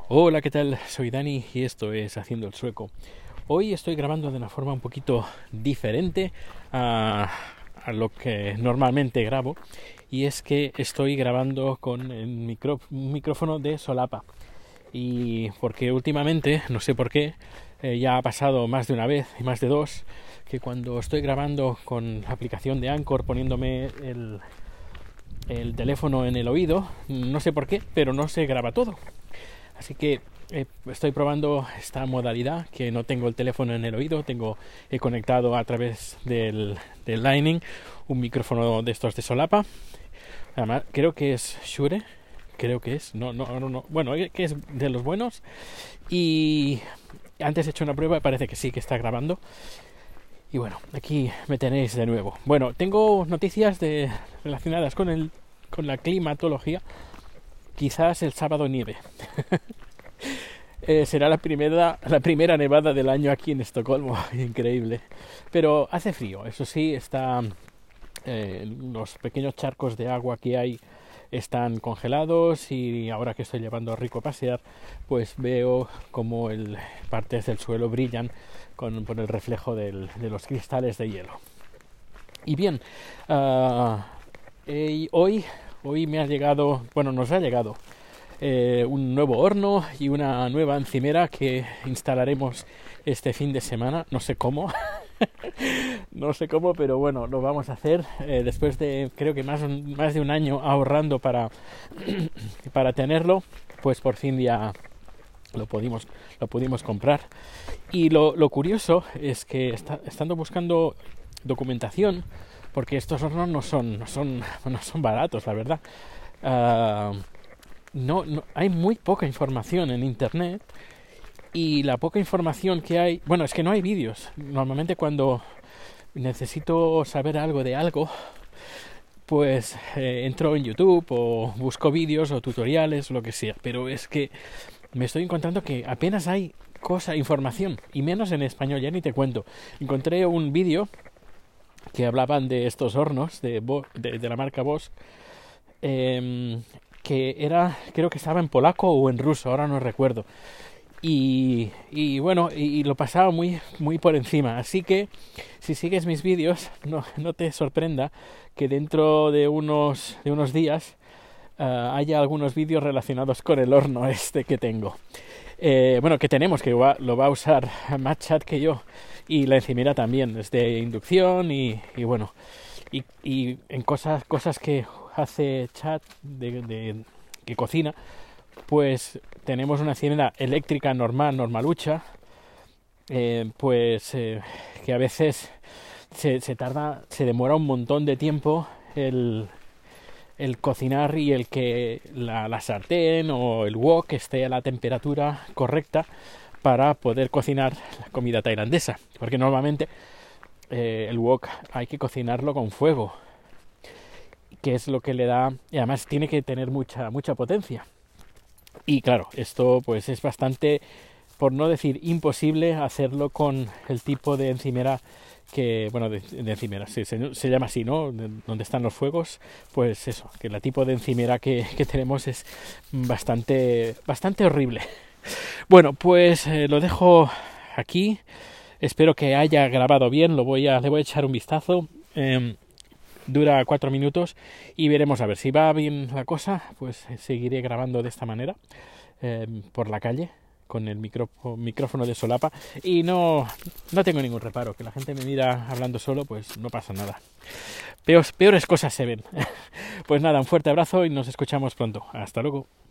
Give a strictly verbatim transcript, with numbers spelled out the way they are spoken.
Hola, ¿qué tal? Soy Dani y esto es Haciendo el Sueco. Hoy estoy grabando de una forma un poquito diferente a, a lo que normalmente grabo, y es que estoy grabando con el micro, un micrófono de solapa. Y porque últimamente, no sé por qué, eh, ya ha pasado más de una vez y más de dos, que cuando estoy grabando con la aplicación de Anchor poniéndome el, el teléfono en el oído, no sé por qué, pero no se graba todo. Así que eh, estoy probando esta modalidad, que no tengo el teléfono en el oído, tengo he conectado a través del, del Lightning un micrófono de estos de solapa. Además, creo que es Shure, creo que es, no, no, no, no. Bueno, que es de los buenos. Y antes he hecho una prueba y parece que sí, que está grabando. Y bueno, aquí me tenéis de nuevo. Bueno, tengo noticias de, relacionadas con el, con la climatología. Quizás el sábado nieve. eh, será la primera, la primera nevada del año aquí en Estocolmo. Increíble. Pero hace frío, eso sí, está, eh, los pequeños charcos de agua que hay están congelados, y ahora que estoy llevando a Rico a pasear, pues veo como el, partes del suelo brillan con, con el reflejo del, de los cristales de hielo. Y bien, uh, eh, hoy... Hoy me ha llegado, bueno, nos ha llegado eh, un nuevo horno y una nueva encimera que instalaremos este fin de semana. No sé cómo, no sé cómo, pero bueno, lo vamos a hacer eh, después de, creo que más, más de un año ahorrando para, para tenerlo. Pues por fin ya lo pudimos, lo pudimos comprar. Y lo, lo curioso es que está, estando buscando documentación, porque estos hornos no son, no son, no son baratos, la verdad. Uh, no, no, hay muy poca información en internet, y la poca información que hay, bueno, es que no hay vídeos. Normalmente cuando necesito saber algo de algo, pues eh, entro en YouTube o busco vídeos o tutoriales o lo que sea, pero es que me estoy encontrando que apenas hay cosa, información, y menos en español, ya ni te cuento. Encontré un vídeo que hablaban de estos hornos de, Bo, de, de la marca Bosch, eh, que era, creo que estaba en polaco o en ruso, ahora no recuerdo. Y, y bueno, y, y lo pasaba muy, muy por encima. Así que si sigues mis vídeos, no, no te sorprenda que dentro de unos, de unos días uh, haya algunos vídeos relacionados con el horno este que tengo. Eh, bueno, que tenemos, que va, lo va a usar más Chat que yo, y la encimera también es de inducción, y, y bueno, y, y en cosas cosas que hace Chat de, de que cocina, pues tenemos una encimera eléctrica normal, normalucha, eh, pues eh, que a veces se, se tarda, se demora un montón de tiempo el el cocinar, y el que la, la sartén o el wok esté a la temperatura correcta para poder cocinar la comida tailandesa, porque normalmente eh, el wok hay que cocinarlo con fuego, que es lo que le da, y además tiene que tener mucha mucha potencia. Y claro, esto pues es bastante, por no decir imposible, hacerlo con el tipo de encimera que, bueno, de, de encimera, sí, se, se llama así, ¿no? De, donde están los fuegos, pues eso, que el tipo de encimera que, que tenemos es bastante, bastante horrible. Bueno, pues eh, lo dejo aquí. Espero que haya grabado bien. Lo voy a, le voy a echar un vistazo. Eh, dura cuatro minutos y veremos a ver si va bien la cosa. Pues seguiré grabando de esta manera eh, por la calle, con el micro, micrófono de solapa, y no, no tengo ningún reparo. Que la gente me mira hablando solo, pues no pasa nada. Peores, peores cosas se ven. Pues nada, un fuerte abrazo y nos escuchamos pronto. Hasta luego.